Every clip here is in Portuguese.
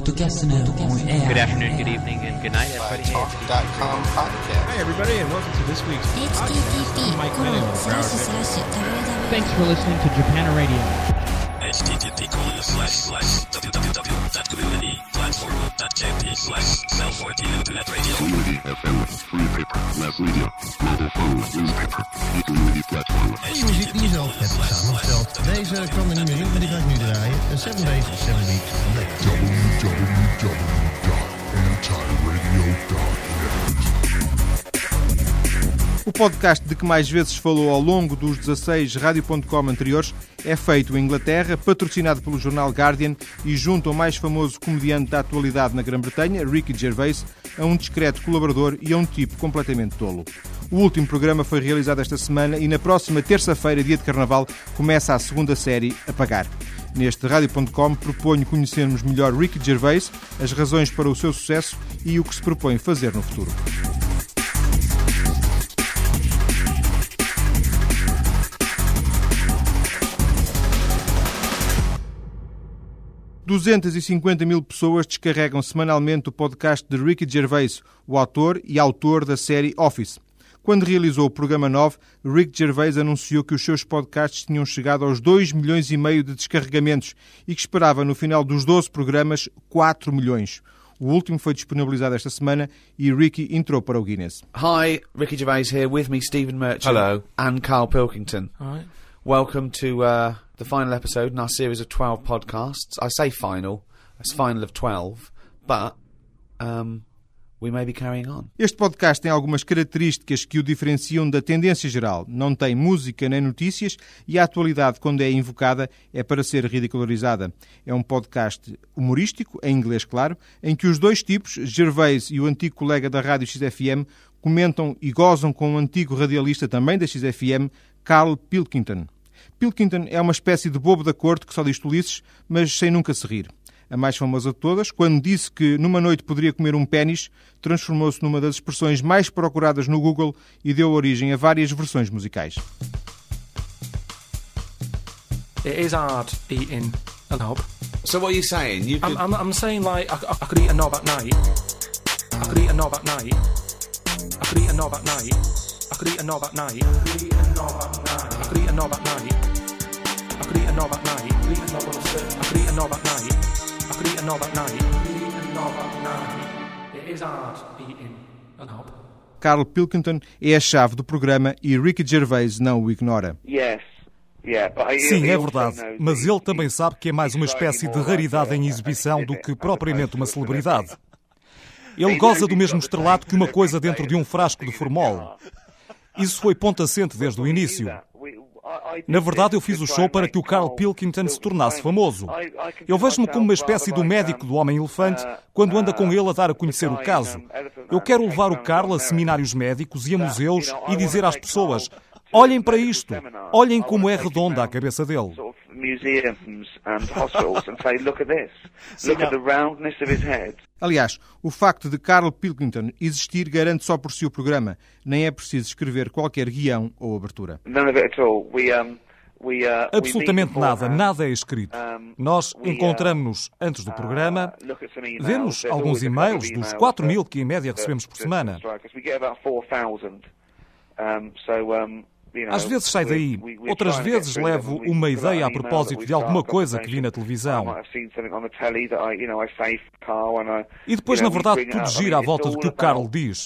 podcast on air. Good afternoon, good evening, and good night, everybody. Talk.com podcast. Hi, everybody, and welcome to this week's http://www. Thanks for listening to Japan Radio. http://www.community-platform.jp/cell14 Community FM, free paper, mass media, mobile phone, newspaper, community platform. Die muziek die je zelf hebt samengesteld. Deze kwam er niet meer in, maar die ga ik nu draaien. 7 Days, 7 Weeks. www.antiradio.net. O podcast de que mais vezes falou ao longo dos 16 Radio.com anteriores é feito em Inglaterra, patrocinado pelo jornal Guardian e junto ao mais famoso comediante da atualidade na Grã-Bretanha, Ricky Gervais, a um discreto colaborador e a um tipo completamente tolo. O último programa foi realizado esta semana e na próxima terça-feira, dia de Carnaval, começa a segunda série Apagar. Neste Radio.com proponho conhecermos melhor Ricky Gervais, as razões para o seu sucesso e o que se propõe fazer no futuro. ...250.000 pessoas descarregam semanalmente o podcast de Ricky Gervais, o autor e autor da série Office. Quando realizou o programa 9, Ricky Gervais anunciou que os seus podcasts tinham chegado aos 2,5 milhões de descarregamentos e que esperava, no final dos 12 programas, 4 milhões. O último foi disponibilizado esta semana e Ricky entrou para o Guinness. Hi, Ricky Gervais here, with me Stephen Merchant. Hello. And Carl Pilkington. All right. Welcome to the final episode in our series of 12 podcasts. I say final, it's final of 12, but we may be carrying on. Este podcast tem algumas características que o diferenciam da tendência geral. Não tem música nem notícias e a atualidade, quando é invocada, é para ser ridicularizada. É um podcast humorístico, em inglês claro, em que os dois tipos, Gervais e o antigo colega da Rádio XFM, comentam e gozam com o antigo radialista também da XFM, Carl Pilkington. Pilkington é uma espécie de bobo da corte que só diz tolices, mas sem nunca se rir. A mais famosa de todas, quando disse que numa noite poderia comer um pénis, transformou-se numa das expressões mais procuradas no Google e deu origem a várias versões musicais. It is hard eating a knob. So what are you saying? You could... I'm saying like I could eat a knob at night. I could eat a knob at night. I could eat a knob at night. I could eat a knob at night. I could eat a knob at night. I could eat a knob at night. I could eat a knob at night. I could eat a knob at night. I could eat a knob at night. I could eat a knob at night. It is hard eating a knob. Carl Pilkington é a chave do programa e Ricky Gervais não o ignora. Sim, é verdade, mas ele também sabe que é mais uma espécie de raridade em exibição do que propriamente uma celebridade. Ele goza do mesmo estrelato que uma coisa dentro de um frasco de formol. Isso foi ponto assente desde o início. Na verdade, eu fiz o show para que o Carl Pilkington se tornasse famoso. Eu vejo-me como uma espécie do médico do Homem-Elefante quando anda com ele a dar a conhecer o caso. Eu quero levar o Carl a seminários médicos e a museus e dizer às pessoas: olhem para isto, olhem como é redonda a cabeça dele. Aliás, o facto de Carl Pilkington existir garante só por si o programa. Nem é preciso escrever qualquer guião ou abertura. Absolutamente nada é escrito. Nós encontramos-nos antes do programa, vemos alguns e-mails dos 4.000 que em média recebemos por semana. Às vezes sai daí, outras vezes levo uma ideia a propósito de alguma coisa que vi na televisão. E depois, na verdade, tudo gira à volta do que o Carl diz.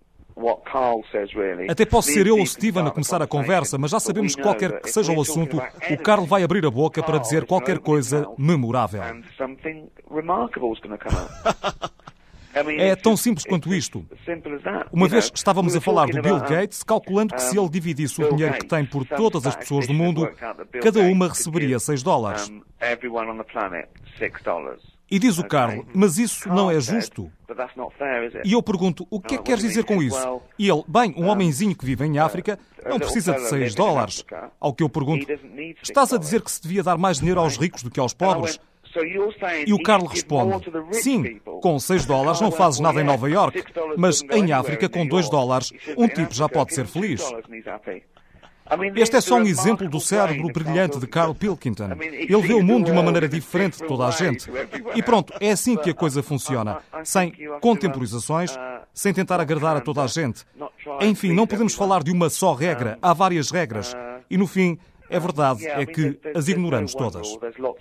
Até posso ser eu ou Steven a começar a conversa, mas já sabemos que qualquer que seja o assunto, o Carl vai abrir a boca para dizer qualquer coisa memorável. É tão simples quanto isto. Uma vez que estávamos a falar do Bill Gates, calculando que se ele dividisse o dinheiro que tem por todas as pessoas do mundo, cada uma receberia $6. E diz o Carl, mas isso não é justo. E eu pergunto, o que é que queres dizer com isso? E ele, bem, um homenzinho que vive em África não precisa de $6. Ao que eu pergunto, estás a dizer que se devia dar mais dinheiro aos ricos do que aos pobres? E o Carl responde, sim, com $6 não fazes nada em Nova Iorque, mas em África com $2 um tipo já pode ser feliz. Este é só um exemplo do cérebro brilhante de Carl Pilkington. Ele vê o mundo de uma maneira diferente de toda a gente. E pronto, é assim que a coisa funciona. Sem contemporizações, sem tentar agradar a toda a gente. Enfim, não podemos falar de uma só regra. Há várias regras. E no fim, é verdade, é que as ignoramos todas.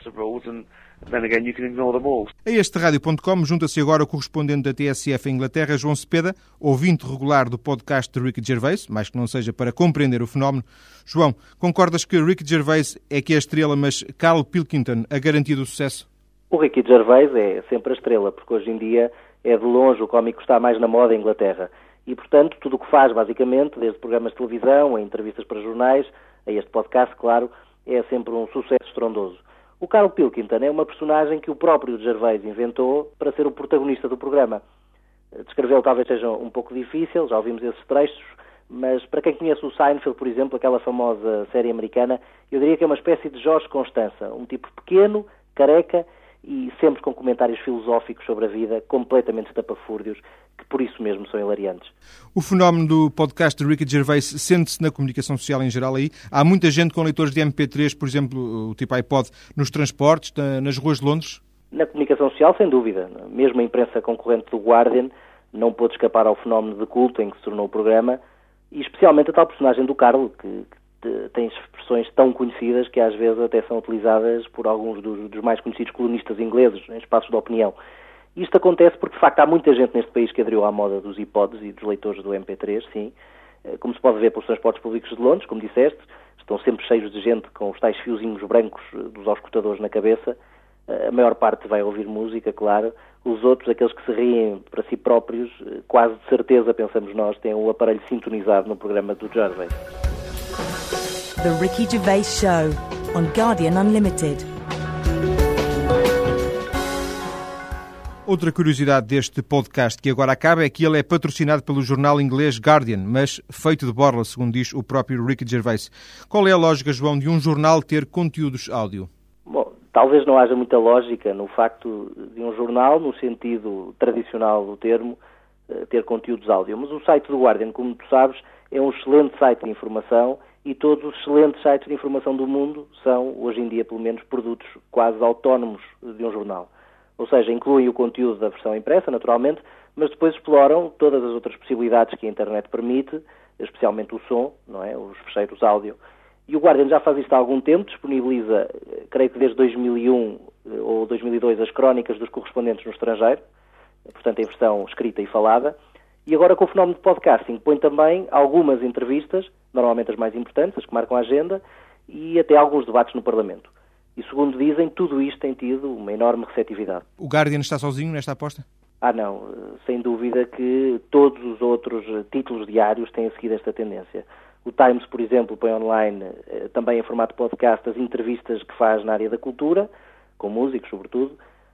A este Rádio.com junta-se agora o correspondente da TSF em Inglaterra, João Cepeda, ouvinte regular do podcast de Ricky Gervais, mais que não seja para compreender o fenómeno. João, concordas que Ricky Gervais é que é a estrela, mas Carl Pilkington a garantia do sucesso? O Ricky Gervais é sempre a estrela, porque hoje em dia é de longe o cómico que está mais na moda em Inglaterra. E, portanto, tudo o que faz, basicamente, desde programas de televisão, a entrevistas para jornais, a este podcast, claro, é sempre um sucesso estrondoso. O Carl Pilkington é uma personagem que o próprio Gervais inventou para ser o protagonista do programa. Descrevê-lo talvez seja um pouco difícil, já ouvimos esses trechos, mas para quem conhece o Seinfeld, por exemplo, aquela famosa série americana, eu diria que é uma espécie de Jorge Constança, um tipo pequeno, careca e sempre com comentários filosóficos sobre a vida, completamente estapafúrdios, que por isso mesmo são hilariantes. O fenómeno do podcast de Ricky Gervais sente-se na comunicação social em geral aí? Há muita gente com leitores de MP3, por exemplo, o tipo iPod, nos transportes, nas ruas de Londres? Na comunicação social, sem dúvida. Mesmo a imprensa concorrente do Guardian não pôde escapar ao fenómeno de culto em que se tornou o programa, e especialmente a tal personagem do Carl, que tem expressões tão conhecidas que às vezes até são utilizadas por alguns dos mais conhecidos colunistas ingleses em espaços de opinião. Isto acontece porque, de facto, há muita gente neste país que aderiu à moda dos iPods e dos leitores do MP3, sim. Como se pode ver pelos transportes públicos de Londres, como disseste, estão sempre cheios de gente com os tais fiozinhos brancos dos auscultadores na cabeça. A maior parte vai ouvir música, claro. Os outros, aqueles que se riem para si próprios, quase de certeza, pensamos nós, têm o aparelho sintonizado no programa do Gervais. The Ricky Gervais Show, on Guardian Unlimited. Outra curiosidade deste podcast que agora acaba é que ele é patrocinado pelo jornal inglês Guardian, mas feito de borla, segundo diz o próprio Ricky Gervais. Qual é a lógica, João, de um jornal ter conteúdos áudio? Bom, talvez não haja muita lógica no facto de um jornal, no sentido tradicional do termo, ter conteúdos áudio. Mas o site do Guardian, como tu sabes, é um excelente site de informação e todos os excelentes sites de informação do mundo são, hoje em dia, pelo menos, produtos quase autónomos de um jornal. Ou seja, incluem o conteúdo da versão impressa, naturalmente, mas depois exploram todas as outras possibilidades que a internet permite, especialmente o som, não é? Os fecheiros áudio. E o Guardian já faz isto há algum tempo, disponibiliza, creio que desde 2001 ou 2002, as crónicas dos correspondentes no estrangeiro, portanto em versão escrita e falada, e agora com o fenómeno de podcasting põe também algumas entrevistas, normalmente as mais importantes, as que marcam a agenda, e até alguns debates no Parlamento. E, segundo dizem, tudo isto tem tido uma enorme receptividade. O Guardian está sozinho nesta aposta? Não. Sem dúvida que todos os outros títulos diários têm seguido esta tendência. O Times, por exemplo, põe online, também em formato podcast, as entrevistas que faz na área da cultura, com músicos, sobretudo.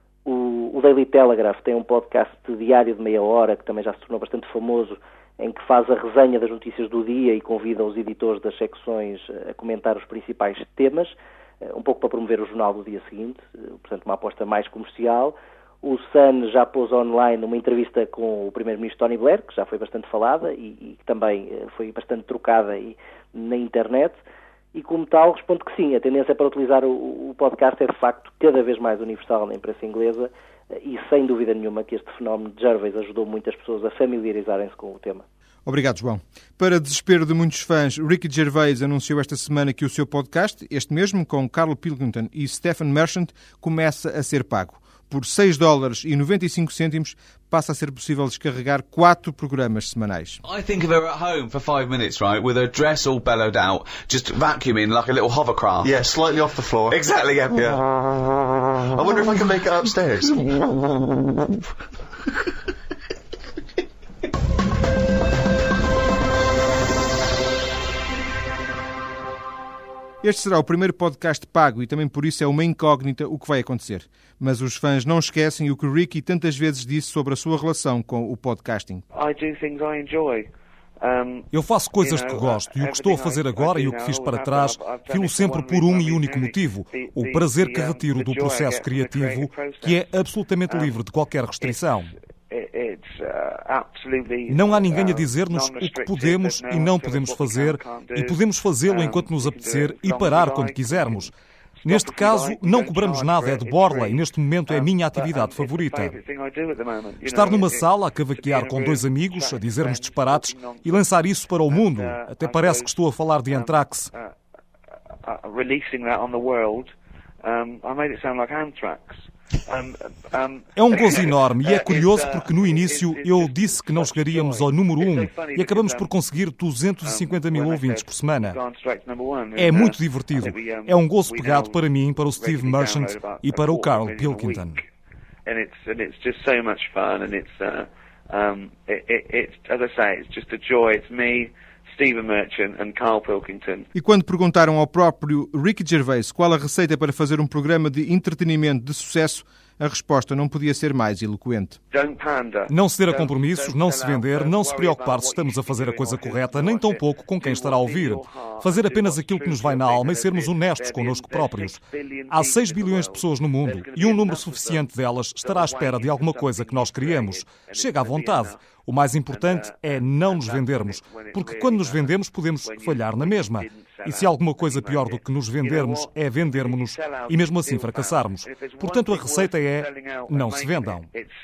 O Daily Telegraph tem um podcast diário de meia hora, que também já se tornou bastante famoso, em que faz a resenha das notícias do dia e convida os editores das secções a comentar os principais temas, um pouco para promover o jornal do dia seguinte, portanto uma aposta mais comercial. O Sun já pôs online uma entrevista com o primeiro-ministro Tony Blair, que já foi bastante falada e que também foi bastante trocada na internet, e como tal respondo que sim, a tendência para utilizar o podcast é de facto cada vez mais universal na imprensa inglesa e sem dúvida nenhuma que este fenómeno de Gervais ajudou muitas pessoas a familiarizarem-se com o tema. Obrigado, João. Para desespero de muitos fãs, Ricky Gervais anunciou esta semana que o seu podcast, este mesmo, com Carl Pilkington e Stephen Merchant, começa a ser pago. Por $6.95 passa a ser possível descarregar 4 programas semanais. I think of her at home for 5 minutes, right, with her dress all bellowed out, just vacuuming like a little hovercraft. Yeah, slightly off the floor. Exactly, yeah. I wonder if I can make it upstairs. Este será o primeiro podcast pago e também por isso é uma incógnita o que vai acontecer. Mas os fãs não esquecem o que Ricky tantas vezes disse sobre a sua relação com o podcasting. Eu faço coisas que gosto e o que estou a fazer agora e o que fiz para trás, filo sempre por um e único motivo, o prazer que retiro do processo criativo, que é absolutamente livre de qualquer restrição. Não há ninguém a dizer-nos o que podemos e não podemos fazer, e podemos fazê-lo enquanto nos apetecer e parar quando quisermos. Neste caso, não cobramos nada, é de borla, e neste momento é a minha atividade favorita. Estar numa sala a cavaquear com 2 amigos, a dizermos disparates e lançar isso para o mundo. Até parece que estou a falar de Anthrax. É um gozo enorme e é curioso porque no início eu disse que não chegaríamos ao número 1 e acabamos por conseguir 250 mil ouvintes por semana. É muito divertido. É um gozo pegado para mim, para o Steve Merchant e para o Carl Pilkington. Stephen Merchant and Carl Pilkington. E quando perguntaram ao próprio Ricky Gervais qual a receita para fazer um programa de entretenimento de sucesso, a resposta não podia ser mais eloquente. Não ceder a compromissos, não se vender, não se preocupar se estamos a fazer a coisa correta, nem tão pouco com quem estará a ouvir. Fazer apenas aquilo que nos vai na alma e sermos honestos connosco próprios. Há 6 bilhões de pessoas no mundo e um número suficiente delas estará à espera de alguma coisa que nós criemos. Chega à vontade. O mais importante é não nos vendermos, porque quando nos vendemos podemos falhar na mesma. E se há alguma coisa pior do que nos vendermos é vendermos-nos e mesmo assim fracassarmos. Portanto, a receita é não se vendam.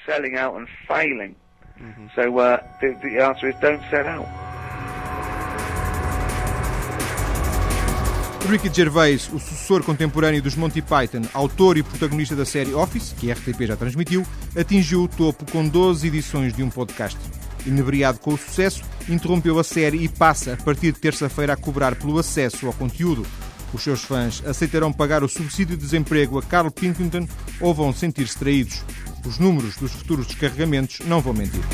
Ricky Gervais, o sucessor contemporâneo dos Monty Python, autor e protagonista da série Office, que a RTP já transmitiu, atingiu o topo com 12 edições de um podcast. Inebriado com o sucesso, interrompeu a série e passa, a partir de terça-feira, a cobrar pelo acesso ao conteúdo. Os seus fãs aceitarão pagar o subsídio de desemprego a Carl Pilkington ou vão sentir-se traídos. Os números dos futuros descarregamentos não vão mentir.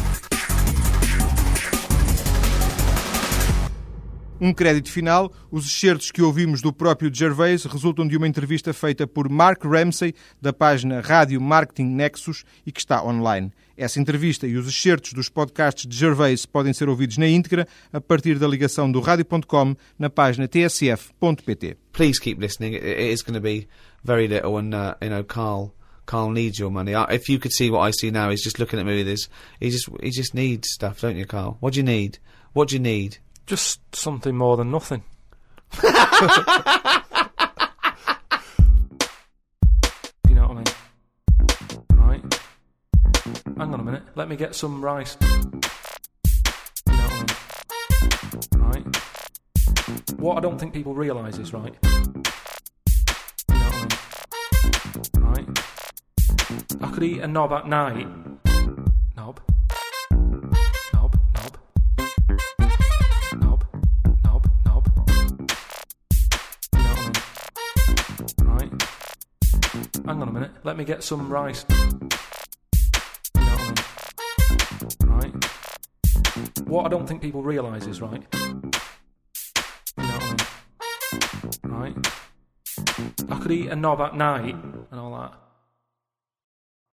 Um crédito final, os excertos que ouvimos do próprio Gervais resultam de uma entrevista feita por Mark Ramsey, da página Rádio Marketing Nexus, e que está online. Essa entrevista e os excertos dos podcasts de Gervais podem ser ouvidos na íntegra a partir da ligação do radio.com na página tsf.pt. Please keep listening. It is going to be very little and, Carl needs your money. If you could see what I see now, he's just looking at me with his... He just needs stuff, don't you, Carl? What do you need? What do you need? Just something more than nothing. You know what I mean? Right? Hang on a minute. Let me get some rice. You know what I mean? Right? What I don't think people realise is, right? You know what I mean? Right? I could eat a knob at night. Knob. Hang on a minute, let me get some rice. You know what I mean? Right? What I don't think people realise is, right? You know what I mean? Right? I could eat a knob at night and all that.